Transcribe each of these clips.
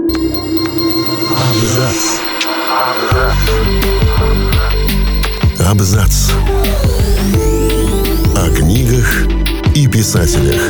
Абзац. Абзац. О книгах и писателях.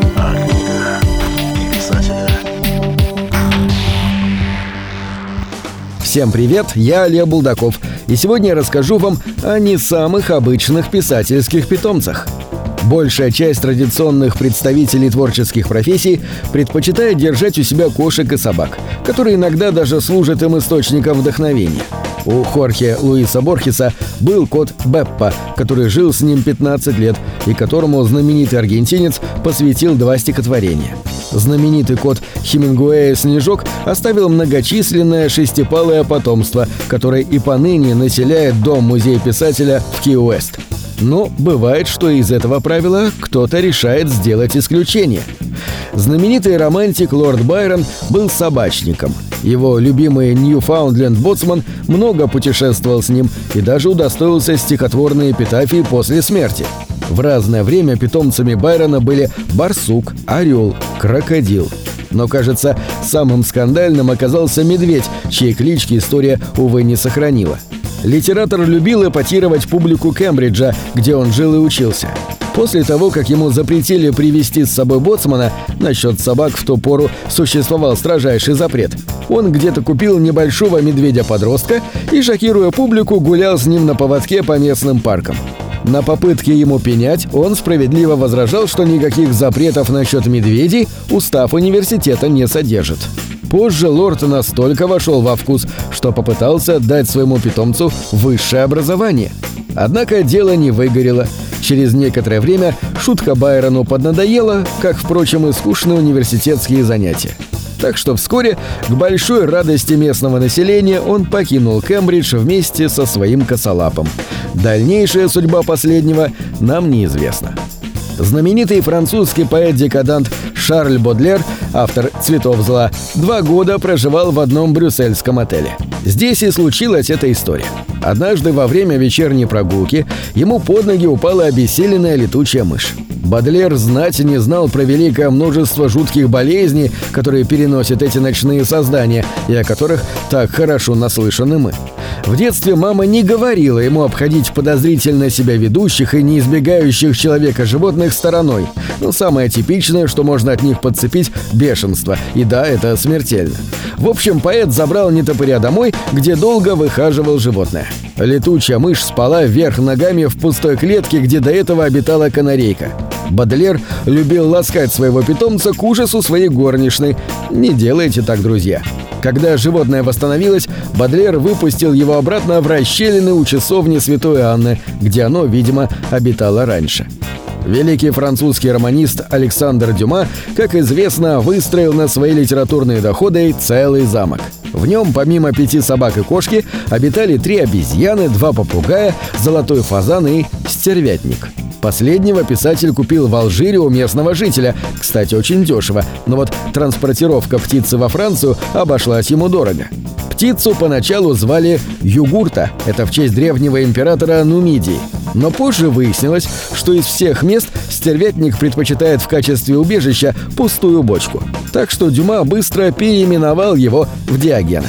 Всем привет, я Олег Булдаков, и сегодня я расскажу вам о не самых обычных писательских питомцах. Большая часть традиционных представителей творческих профессий предпочитает держать у себя кошек и собак, которые иногда даже служат им источником вдохновения. У Хорхе Луиса Борхеса был кот Беппа, который жил с ним 15 лет и которому знаменитый аргентинец посвятил 2 стихотворения. Знаменитый кот Хемингуэя Снежок оставил многочисленное шестипалое потомство, которое и поныне населяет дом-музей писателя в Ки-Уэст. Но бывает, что из этого правила кто-то решает сделать исключение. Знаменитый романтик лорд Байрон был собачником. Его любимый Ньюфаундленд-боцман много путешествовал с ним и даже удостоился стихотворной эпитафии после смерти. В разное время питомцами Байрона были барсук, орел, крокодил. Но, кажется, самым скандальным оказался медведь, чьей клички история, увы, не сохранила. Литератор любил эпатировать публику Кембриджа, где он жил и учился. После того, как ему запретили привезти с собой боцмана, насчет собак в ту пору существовал строжайший запрет. Он где-то купил небольшого медведя-подростка и, шокируя публику, гулял с ним на поводке по местным паркам. На попытке ему пенять он справедливо возражал, что никаких запретов насчет медведей устав университета не содержит. Позже лорд настолько вошел во вкус, что попытался дать своему питомцу высшее образование. Однако дело не выгорело. Через некоторое время шутка Байрону поднадоела, как, впрочем, и скучные университетские занятия. Так что вскоре, к большой радости местного населения, он покинул Кембридж вместе со своим косолапом. Дальнейшая судьба последнего нам неизвестна. Знаменитый французский поэт-декадант Шарль Бодлер, автор «Цветов зла», 2 года проживал в одном брюссельском отеле. Здесь и случилась эта история. Однажды во время вечерней прогулки ему под ноги упала обессиленная летучая мышь. Бодлер знать не знал про великое множество жутких болезней, которые переносят эти ночные создания, и о которых так хорошо наслышаны мы. В детстве мама не говорила ему обходить подозрительно себя ведущих и не избегающих человека животных стороной. Но самое типичное, что можно от них подцепить – бешенство. И да, это смертельно. В общем, поэт забрал нетопыря домой, где долго выхаживал животное. Летучая мышь спала вверх ногами в пустой клетке, где до этого обитала канарейка. Бодлер любил ласкать своего питомца к ужасу своей горничной. Не делайте так, друзья. Когда животное восстановилось, Бодлер выпустил его обратно в расщелины у часовни Святой Анны, где оно, видимо, обитало раньше. Великий французский романист Александр Дюма, как известно, выстроил на свои литературные доходы целый замок. В нем, помимо 5 собак и кошки, обитали 3 обезьяны, 2 попугая, золотой фазан и стервятник. Последнего писатель купил в Алжире у местного жителя, кстати, очень дешево, но вот транспортировка птицы во Францию обошлась ему дорого. Птицу поначалу звали Югурта, это в честь древнего императора Нумидии. Но позже выяснилось, что из всех мест стервятник предпочитает в качестве убежища пустую бочку. Так что Дюма быстро переименовал его в Диогена.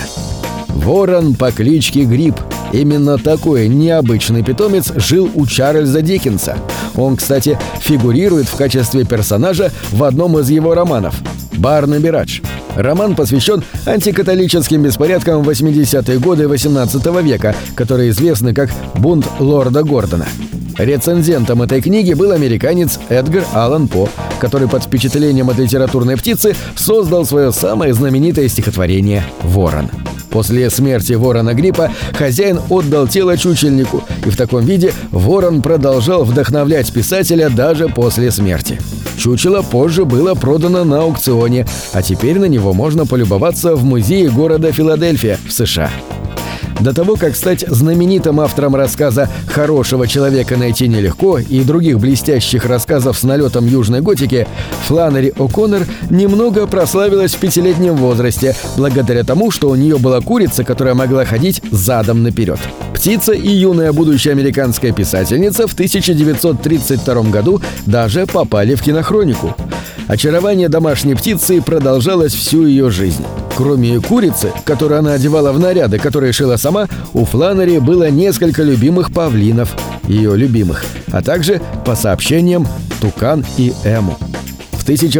Ворон по кличке Гриб. Именно такой необычный питомец жил у Чарльза Диккенса. Он, кстати, фигурирует в качестве персонажа в одном из его романов «Барнаби Радж». Роман посвящен антикатолическим беспорядкам в 80-е годы XVIII века, которые известны как «Бунт лорда Гордона». Рецензентом этой книги был американец Эдгар Аллан По, который под впечатлением от литературной птицы создал свое самое знаменитое стихотворение «Ворон». После смерти ворона Гриппа хозяин отдал тело чучельнику, и в таком виде ворон продолжал вдохновлять писателя даже после смерти. Чучело позже было продано на аукционе, а теперь на него можно полюбоваться в музее города Филадельфия в США. До того, как стать знаменитым автором рассказа «Хорошего человека найти нелегко» и других блестящих рассказов с налетом южной готики, Фланнери О'Коннор немного прославилась в 5-летнем возрасте, благодаря тому, что у нее была курица, которая могла ходить задом наперед. «Птица» и юная будущая американская писательница в 1932 году даже попали в кинохронику. Очарование домашней птицы продолжалось всю ее жизнь. Кроме курицы, которую она одевала в наряды, которые шила сама, у Фланнери было несколько любимых павлинов, ее любимых, а также, по сообщениям, Тукан и Эму. В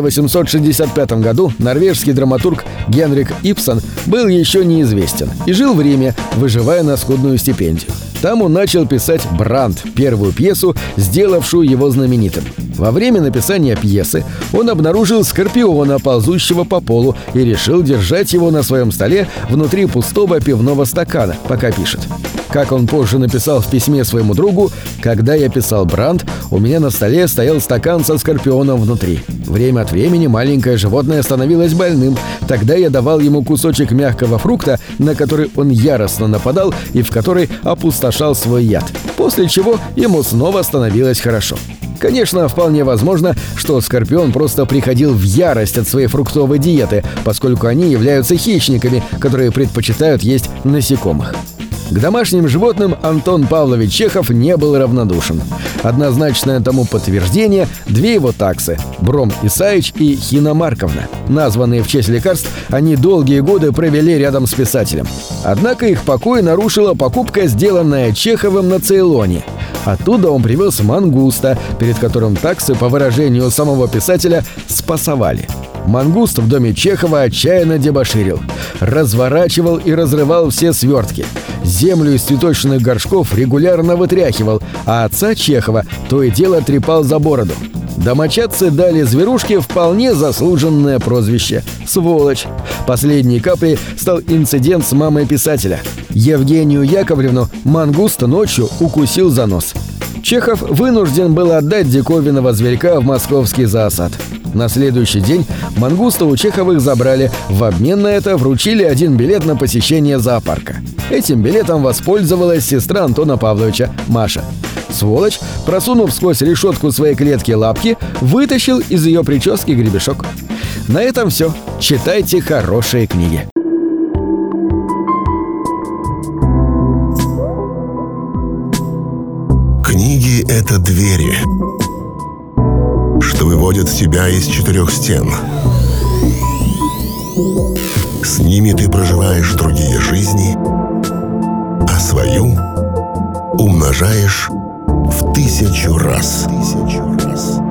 1865 году норвежский драматург Генрик Ибсен был еще неизвестен и жил в Риме, выживая на скудную стипендию. Там он начал писать «Бранд», первую пьесу, сделавшую его знаменитым. Во время написания пьесы он обнаружил скорпиона, ползущего по полу, и решил держать его на своем столе внутри пустого пивного стакана, пока пишет. Как он позже написал в письме своему другу, «Когда я писал «Бранд», у меня на столе стоял стакан со скорпионом внутри. Время от времени маленькое животное становилось больным. Тогда я давал ему кусочек мягкого фрукта, на который он яростно нападал и в который опустошал свой яд. После чего ему снова становилось хорошо». Конечно, вполне возможно, что скорпион просто приходил в ярость от своей фруктовой диеты, поскольку они являются хищниками, которые предпочитают есть насекомых. К домашним животным Антон Павлович Чехов не был равнодушен. Однозначное тому подтверждение – две его таксы – Бром Исаич и Хина Марковна. Названные в честь лекарств, они долгие годы провели рядом с писателем. Однако их покой нарушила покупка, сделанная Чеховым на Цейлоне. Оттуда он привез мангуста, перед которым таксы, по выражению самого писателя, спасовали. Мангуст в доме Чехова отчаянно дебоширил. Разворачивал и разрывал все свертки. Землю из цветочных горшков регулярно вытряхивал, а отца Чехова то и дело трепал за бороду. Домочадцы дали зверушке вполне заслуженное прозвище – «Сволочь». Последней каплей стал инцидент с мамой писателя. Евгению Яковлевну мангуст ночью укусил за нос. Чехов вынужден был отдать диковинного зверька в московский зоосад. На следующий день мангуста у Чеховых забрали, в обмен на это вручили один билет на посещение зоопарка. Этим билетом воспользовалась сестра Антона Павловича, Маша. Сволочь, просунув сквозь решетку своей клетки лапки, вытащил из ее прически гребешок. На этом все. Читайте хорошие книги. Книги — это двери, что выводят тебя из четырех стен. С ними ты проживаешь другие жизни, а свою умножаешь в 1000 раз.